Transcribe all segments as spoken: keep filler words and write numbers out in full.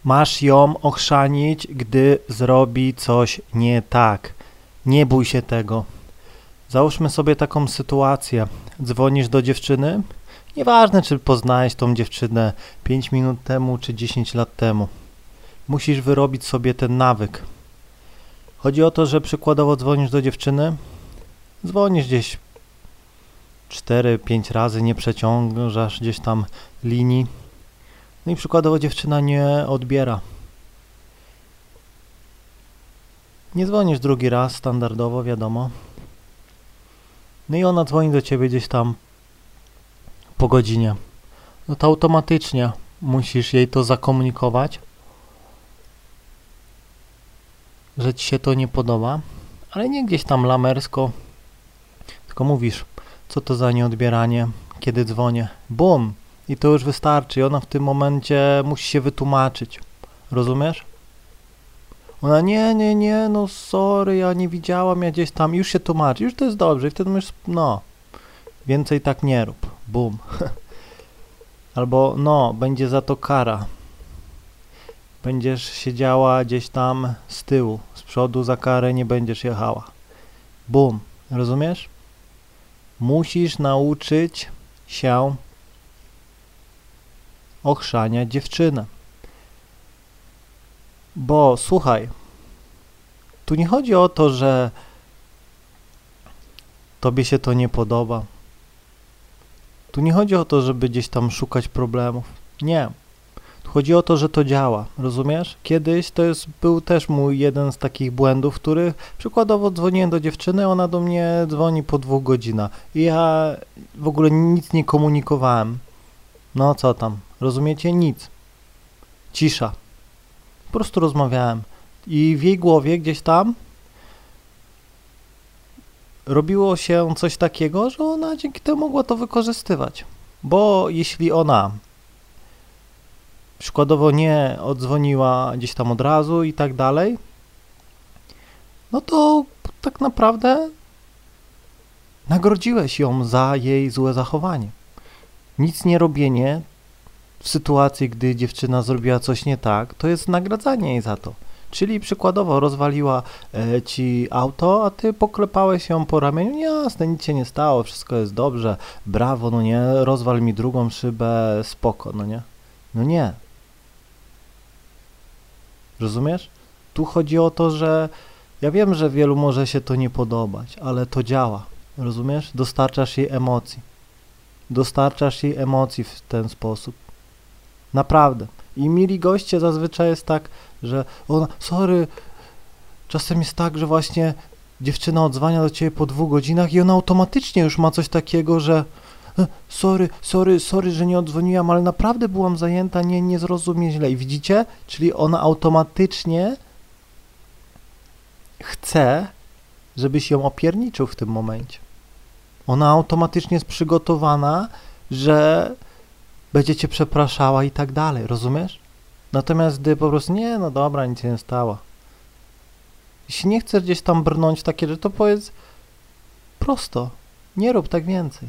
Masz ją ochrzanić, gdy zrobi coś nie tak. Nie bój się tego. Załóżmy sobie taką sytuację. Dzwonisz do dziewczyny. Nieważne, czy poznałeś tą dziewczynę pięć minut temu, czy dziesięć lat temu. Musisz wyrobić sobie ten nawyk. Chodzi o to, że przykładowo dzwonisz do dziewczyny. Dzwonisz gdzieś cztery pięć razy, nie przeciągasz gdzieś tam linii. No i przykładowo dziewczyna nie odbiera. Nie dzwonisz drugi raz, standardowo, wiadomo. No i ona dzwoni do ciebie gdzieś tam po godzinie. No to automatycznie musisz jej to zakomunikować, że ci się to nie podoba, ale nie gdzieś tam lamersko, tylko mówisz, co to za nieodbieranie, kiedy dzwonię. Bum! I to już wystarczy. I ona w tym momencie musi się wytłumaczyć. Rozumiesz? Ona nie, nie, nie, no sorry, ja nie widziałam, ja gdzieś tam, już się tłumaczy, już to jest dobrze. I wtedy mówisz, no, więcej tak nie rób. Bum. Albo, no, będzie za to kara. Będziesz siedziała gdzieś tam z tyłu, z przodu za karę nie będziesz jechała. Bum. Rozumiesz? Musisz nauczyć się ochrzaniać dziewczynę. Bo słuchaj, tu nie chodzi o to, że tobie się to nie podoba. Tu nie chodzi o to, żeby gdzieś tam szukać problemów. Nie. Tu chodzi o to, że to działa. Rozumiesz? Kiedyś to jest, był też mój jeden z takich błędów, w których przykładowo dzwoniłem do dziewczyny, ona do mnie dzwoni po dwóch godzinach. I ja w ogóle nic nie komunikowałem. No co tam? Rozumiecie? Nic. Cisza. Po prostu rozmawiałem. I w jej głowie gdzieś tam robiło się coś takiego, że ona dzięki temu mogła to wykorzystywać. Bo jeśli ona przykładowo nie odzwoniła gdzieś tam od razu i tak dalej, no to tak naprawdę nagrodziłeś ją za jej złe zachowanie. Nic nie robienie w sytuacji, gdy dziewczyna zrobiła coś nie tak, to jest nagradzanie jej za to. Czyli przykładowo rozwaliła e, ci auto, a ty poklepałeś ją po ramieniu, jasne, nic się nie stało, wszystko jest dobrze, brawo, no nie, rozwal mi drugą szybę, spoko, no nie? No nie. Rozumiesz? Tu chodzi o to, że ja wiem, że wielu może się to nie podobać, ale to działa. Rozumiesz? Dostarczasz jej emocji. Dostarczasz jej emocji w ten sposób. Naprawdę. I mili goście zazwyczaj jest tak, że ona, sorry, czasem jest tak, że właśnie dziewczyna odzwania do ciebie po dwóch godzinach i ona automatycznie już ma coś takiego, że e, sorry, sorry, sorry, że nie odzwoniłam, ale naprawdę byłam zajęta, nie, nie zrozum mnie źle. I widzicie? Czyli ona automatycznie chce, żebyś ją opierniczył w tym momencie. Ona automatycznie jest przygotowana, że będzie cię przepraszała i tak dalej, rozumiesz? Natomiast gdy po prostu, nie, no dobra, nic się nie stało. Jeśli nie chcesz gdzieś tam brnąć w takie rzeczy, to powiedz prosto, nie rób tak więcej.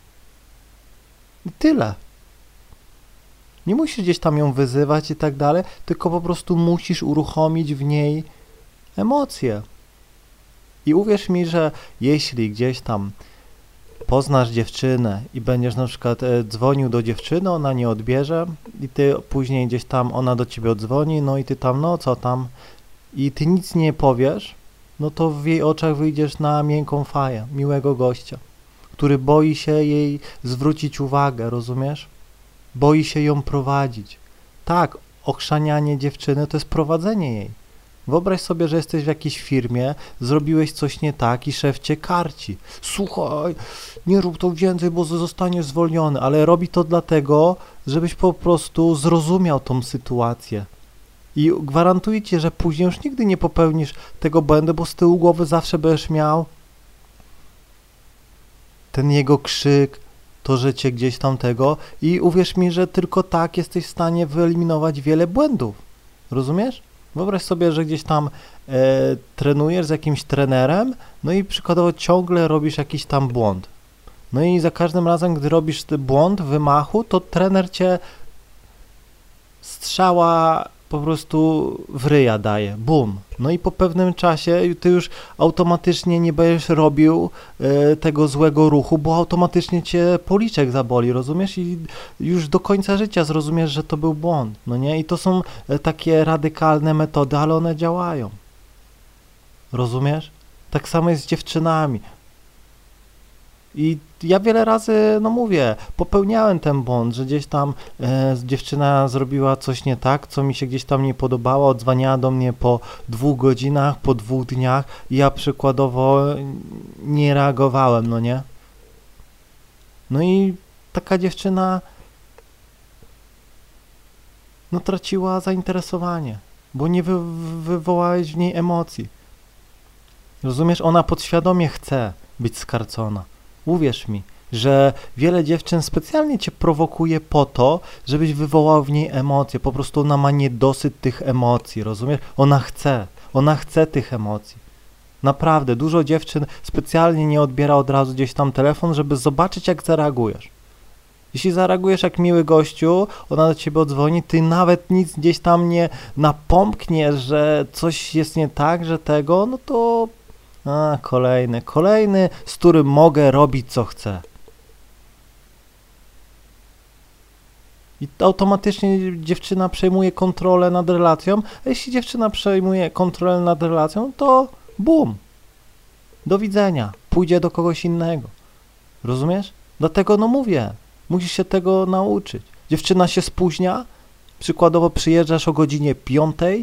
I tyle. Nie musisz gdzieś tam ją wyzywać i tak dalej, tylko po prostu musisz uruchomić w niej emocje. I uwierz mi, że jeśli gdzieś tam poznasz dziewczynę i będziesz na przykład e, dzwonił do dziewczyny, ona nie odbierze i ty później gdzieś tam, ona do ciebie odzwoni, no i ty tam, no co tam, i ty nic nie powiesz, no to w jej oczach wyjdziesz na miękką faję, miłego gościa, który boi się jej zwrócić uwagę, rozumiesz? Boi się ją prowadzić. Tak, ochrzanianie dziewczyny to jest prowadzenie jej. Wyobraź sobie, że jesteś w jakiejś firmie, zrobiłeś coś nie tak i szef cię karci. Słuchaj, nie rób to więcej, bo zostaniesz zwolniony, ale robi to dlatego, żebyś po prostu zrozumiał tą sytuację. I gwarantuję ci, że później już nigdy nie popełnisz tego błędu, bo z tyłu głowy zawsze będziesz miał ten jego krzyk, to, że cię gdzieś tam tego i uwierz mi, że tylko tak jesteś w stanie wyeliminować wiele błędów. Rozumiesz? Wyobraź sobie, że gdzieś tam e, trenujesz z jakimś trenerem, no i przykładowo ciągle robisz jakiś tam błąd. No i za każdym razem, gdy robisz ten błąd w wymachu, to trener cię strzała po prostu w ryja daje, bum. No i po pewnym czasie ty już automatycznie nie będziesz robił e, tego złego ruchu, bo automatycznie cię policzek zaboli, rozumiesz? I już do końca życia zrozumiesz, że to był błąd, no nie? I to są e, takie radykalne metody, ale one działają. Rozumiesz? Tak samo jest z dziewczynami. I ja wiele razy, no mówię, popełniałem ten błąd, że gdzieś tam e, dziewczyna zrobiła coś nie tak, co mi się gdzieś tam nie podobało, odzwaniała do mnie po dwóch godzinach, po dwóch dniach i ja przykładowo nie reagowałem, no nie? No i taka dziewczyna no traciła zainteresowanie, bo nie wy, wywołałeś w niej emocji. Rozumiesz? Ona podświadomie chce być skarcona. Uwierz mi, że wiele dziewczyn specjalnie cię prowokuje po to, żebyś wywołał w niej emocje. Po prostu ona ma niedosyt tych emocji, rozumiesz? Ona chce, ona chce tych emocji. Naprawdę, dużo dziewczyn specjalnie nie odbiera od razu gdzieś tam telefon, żeby zobaczyć, jak zareagujesz. Jeśli zareagujesz jak miły gościu, ona do ciebie odzwoni, ty nawet nic gdzieś tam nie napomkniesz, że coś jest nie tak, że tego, no to... A, kolejny, kolejny, z którym mogę robić co chcę. I automatycznie dziewczyna przejmuje kontrolę nad relacją, a jeśli dziewczyna przejmuje kontrolę nad relacją, to bum, do widzenia, pójdzie do kogoś innego. Rozumiesz? Dlatego no mówię, musisz się tego nauczyć. Dziewczyna się spóźnia, przykładowo przyjeżdżasz o godzinie piątej,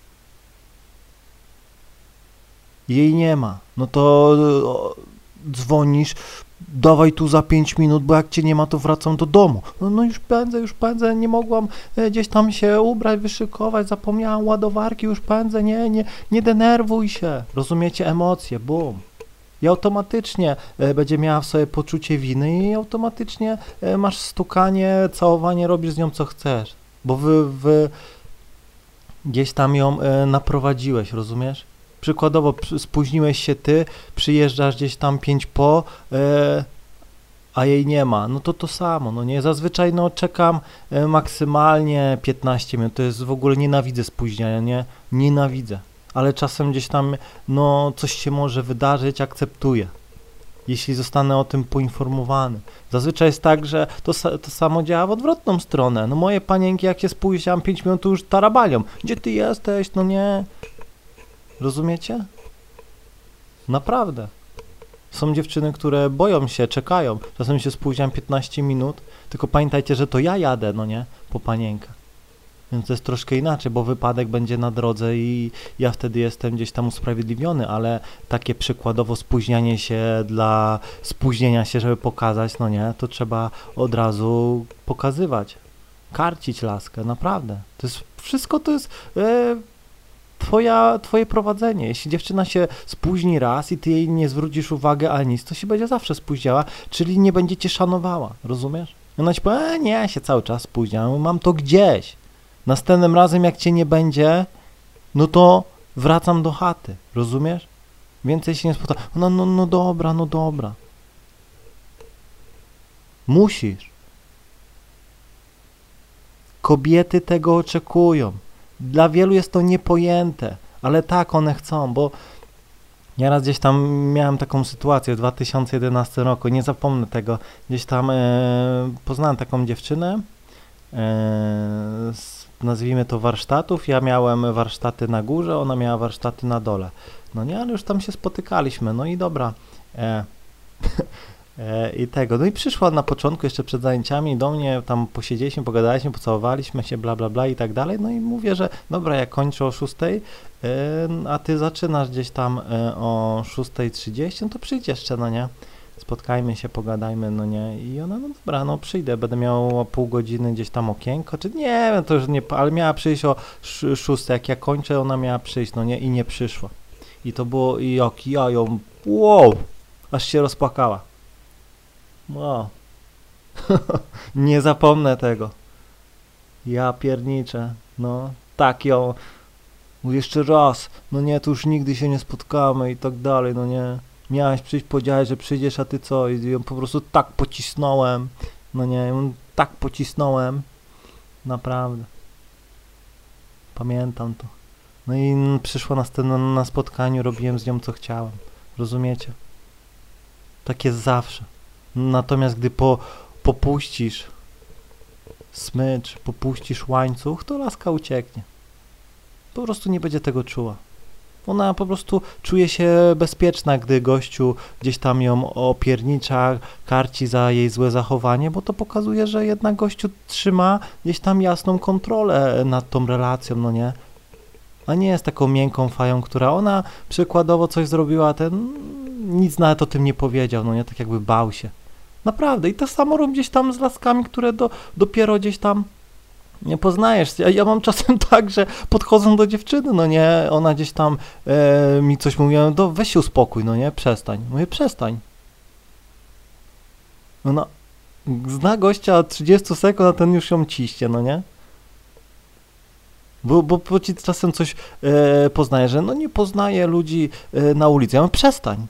jej nie ma, no to o, dzwonisz, dawaj tu za pięć minut, bo jak cię nie ma, to wracam do domu. No, no już pędzę, już pędzę, nie mogłam e, gdzieś tam się ubrać, wyszykować, zapomniałam ładowarki, już pędzę, nie, nie, nie denerwuj się. Rozumiecie? Emocje, bum. I automatycznie e, będzie miała w sobie poczucie winy i automatycznie e, masz stukanie, całowanie, robisz z nią co chcesz, bo wy, wy gdzieś tam ją e, naprowadziłeś, rozumiesz? Przykładowo spóźniłeś się ty, przyjeżdżasz gdzieś tam pięć po, e, a jej nie ma, no to to samo, no nie, zazwyczaj no czekam e, maksymalnie piętnaście minut, to jest w ogóle, nienawidzę spóźniania, nie, nienawidzę, ale czasem gdzieś tam, no coś się może wydarzyć, akceptuję, jeśli zostanę o tym poinformowany. Zazwyczaj jest tak, że to, to samo działa w odwrotną stronę, no moje panienki jak się spóźniam pięć minut, to już tarabanią, gdzie ty jesteś, no nie... Rozumiecie? Naprawdę. Są dziewczyny, które boją się, czekają. Czasem się spóźniam piętnaście minut, tylko pamiętajcie, że to ja jadę, no nie? Po panienkę. Więc to jest troszkę inaczej, bo wypadek będzie na drodze i ja wtedy jestem gdzieś tam usprawiedliwiony, ale takie przykładowo spóźnianie się dla spóźnienia się, żeby pokazać, no nie, to trzeba od razu pokazywać. Karcić laskę, naprawdę. To jest, wszystko to jest... Yy, Twoja, twoje prowadzenie. Jeśli dziewczyna się spóźni raz i ty jej nie zwrócisz uwagi, ale nic, to się będzie zawsze spóźniała, czyli nie będzie cię szanowała, rozumiesz? I ona ci powie, e, nie, ja się cały czas spóźniam, mam to gdzieś. Następnym razem, jak cię nie będzie, no to wracam do chaty, rozumiesz? Więcej się nie spotka. No, no, no dobra, no dobra. Musisz. Kobiety tego oczekują. Dla wielu jest to niepojęte, ale tak one chcą, bo ja raz gdzieś tam miałem taką sytuację w dwa tysiące jedenastym roku, nie zapomnę tego, gdzieś tam e, poznałem taką dziewczynę, e, z, nazwijmy to warsztatów, ja miałem warsztaty na górze, ona miała warsztaty na dole, no nie, ale już tam się spotykaliśmy, no i dobra, e, i tego, no i przyszła na początku jeszcze przed zajęciami do mnie, tam posiedzieliśmy, pogadaliśmy, pocałowaliśmy się, bla bla bla i tak dalej, no i mówię, że dobra, ja kończę o szóstej, a ty zaczynasz gdzieś tam o szósta trzydzieści, no to przyjdź jeszcze, no nie, spotkajmy się, pogadajmy, no nie, i ona, no dobra, no przyjdę, będę miał o pół godziny gdzieś tam okienko, czy nie wiem, to już nie, ale miała przyjść o szóstej, jak ja kończę, ona miała przyjść, no nie, i nie przyszła, i to było, i jak ja ją, wow, aż się rozpłakała. Wow. Nie zapomnę tego. Ja pierniczę. No, tak ją. Jeszcze raz. No nie, to już nigdy się nie spotkamy i tak dalej, no nie. Miałeś przyjść, powiedziałeś, że przyjdziesz, a ty co? I ją po prostu tak pocisnąłem. No nie, ją tak pocisnąłem. Naprawdę. Pamiętam to. No i mm, przyszła następna na spotkaniu, robiłem z nią co chciałem. Rozumiecie? Tak jest zawsze. Natomiast gdy po, popuścisz smycz, popuścisz łańcuch, to laska ucieknie. Po prostu nie będzie tego czuła. Ona po prostu czuje się bezpieczna, gdy gościu gdzieś tam ją opiernicza, karci za jej złe zachowanie, bo to pokazuje, że jednak gościu trzyma gdzieś tam jasną kontrolę nad tą relacją, no nie? A nie jest taką miękką fają, która ona przykładowo coś zrobiła, ten nic nawet o tym nie powiedział, no nie? Tak jakby bał się. Naprawdę. I to samo robi gdzieś tam z laskami, które do, dopiero gdzieś tam nie poznajesz. Ja, ja mam czasem tak, że podchodzą do dziewczyny, no nie, ona gdzieś tam e, mi coś mówi, no weź się uspokój, no nie, przestań. Mówię, przestań. Ona zna gościa od trzydziestu sekund, a ten już ją ciśnie, no nie? Bo, bo, bo ci czasem coś e, poznaje, że no nie poznaje ludzi e, na ulicy. Ja mówię, przestań.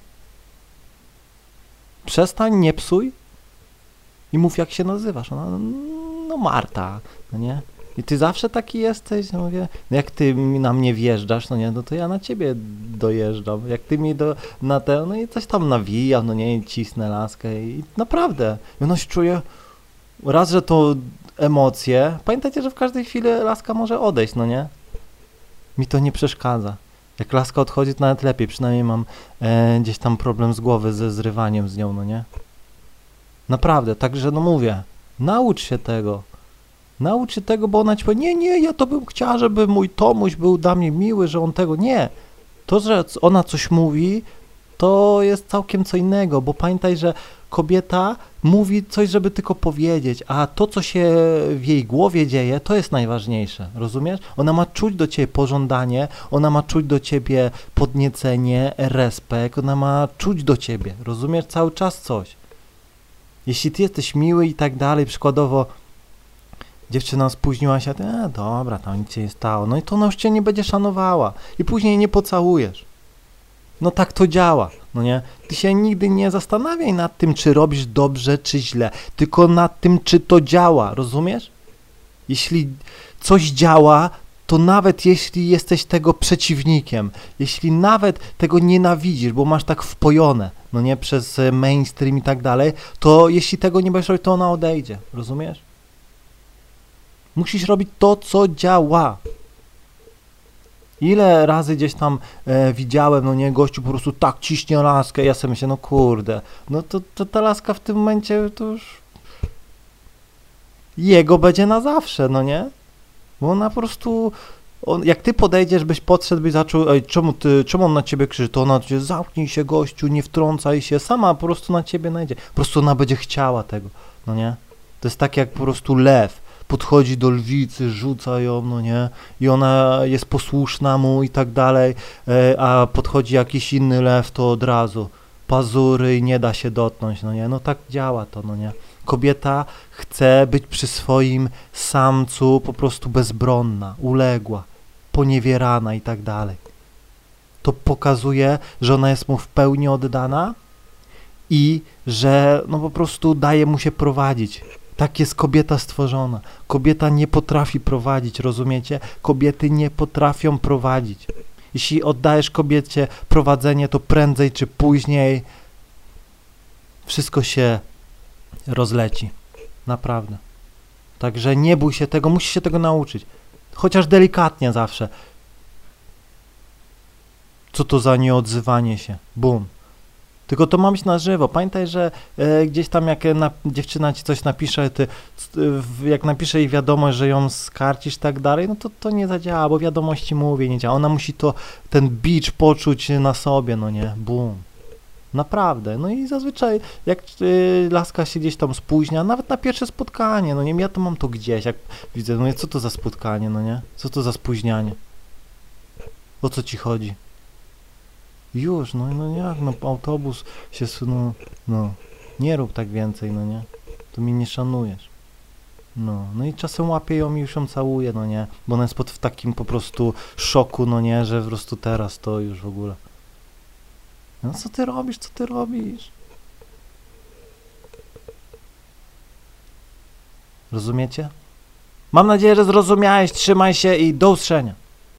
Przestań, nie psuj i mów, jak się nazywasz. Ona, no Marta, no nie? I ty zawsze taki jesteś? No mówię, no jak ty mi na mnie wjeżdżasz, no nie, no to ja na ciebie dojeżdżam. Jak ty mi do, na te, no i coś tam nawija, no nie, i cisnę laskę i naprawdę. I ona się czuje, raz, że to emocje, pamiętajcie, że w każdej chwili laska może odejść, no nie? Mi to nie przeszkadza. Jak laska odchodzi, to nawet lepiej, przynajmniej mam e, gdzieś tam problem z głowy ze zrywaniem z nią, no nie? Naprawdę, także no mówię, naucz się tego. Naucz się tego, bo ona ci powie, nie, nie, ja to bym chciała, żeby mój Tomuś był dla mnie miły, że on tego, nie. To, że ona coś mówi, to jest całkiem co innego, bo pamiętaj, że kobieta mówi coś, żeby tylko powiedzieć, a to, co się w jej głowie dzieje, to jest najważniejsze, rozumiesz? Ona ma czuć do ciebie pożądanie, ona ma czuć do ciebie podniecenie, respekt, ona ma czuć do ciebie, rozumiesz? Cały czas coś. Jeśli ty jesteś miły i tak dalej, przykładowo dziewczyna spóźniła się, a ty, e, dobra, tam nic się nie stało, no i to ona już cię nie będzie szanowała i później nie pocałujesz. No tak to działa, no nie? Ty się nigdy nie zastanawiaj nad tym, czy robisz dobrze, czy źle, tylko nad tym, czy to działa, rozumiesz? Jeśli coś działa, to nawet jeśli jesteś tego przeciwnikiem, jeśli nawet tego nienawidzisz, bo masz tak wpojone, no nie, przez mainstream i tak dalej, to jeśli tego nie będziesz robić, to ona odejdzie, rozumiesz? Musisz robić to, co działa. Ile razy gdzieś tam e, widziałem, no nie, gościu po prostu tak ciśnie laskę, ja sobie myślę, no kurde, no to, to ta laska w tym momencie to już jego będzie na zawsze, no nie? Bo ona po prostu, on, jak ty podejdziesz, byś podszedł, byś zaczął, ej, czemu, ty, czemu on na ciebie krzyczy, to ona cię, zamknij się gościu, nie wtrącaj się, sama po prostu na ciebie najdzie, po prostu ona będzie chciała tego, no nie? To jest tak jak po prostu lew. Podchodzi do lwicy, rzuca ją, no nie, i ona jest posłuszna mu i tak dalej, e, a podchodzi jakiś inny lew, to od razu pazury i nie da się dotknąć, no nie, no tak działa to, no nie. Kobieta chce być przy swoim samcu po prostu bezbronna, uległa, poniewierana i tak dalej. To pokazuje, że ona jest mu w pełni oddana i że no po prostu daje mu się prowadzić. Tak jest kobieta stworzona. Kobieta nie potrafi prowadzić, rozumiecie? Kobiety nie potrafią prowadzić. Jeśli oddajesz kobiecie prowadzenie, to prędzej czy później wszystko się rozleci. Naprawdę. Także nie bój się tego, musisz się tego nauczyć. Chociaż delikatnie zawsze. Co to za nieodzywanie się? Bum. Tylko to ma być na żywo. Pamiętaj, że e, gdzieś tam jak na, dziewczyna ci coś napisze, ty, e, jak napisze jej wiadomość, że ją skarcisz i tak dalej, no to to nie zadziała, bo wiadomości mówię, nie działa. Ona musi to, ten bicz poczuć na sobie, no nie, bum. Naprawdę. No i zazwyczaj jak e, laska się gdzieś tam spóźnia, nawet na pierwsze spotkanie, no nie, ja to mam to gdzieś, jak widzę, no nie, co to za spotkanie, no nie, co to za spóźnianie, o co ci chodzi? Już, no, no jak, no autobus się, no, no, nie rób tak więcej, no nie, to mnie nie szanujesz. No, no i czasem łapię ją i już ją całuję, no nie, bo ona jest pod, w takim po prostu szoku, no nie, że po prostu teraz to już w ogóle. No co ty robisz, co ty robisz? Rozumiecie? Mam nadzieję, że zrozumiałeś, trzymaj się i do usłyszenia.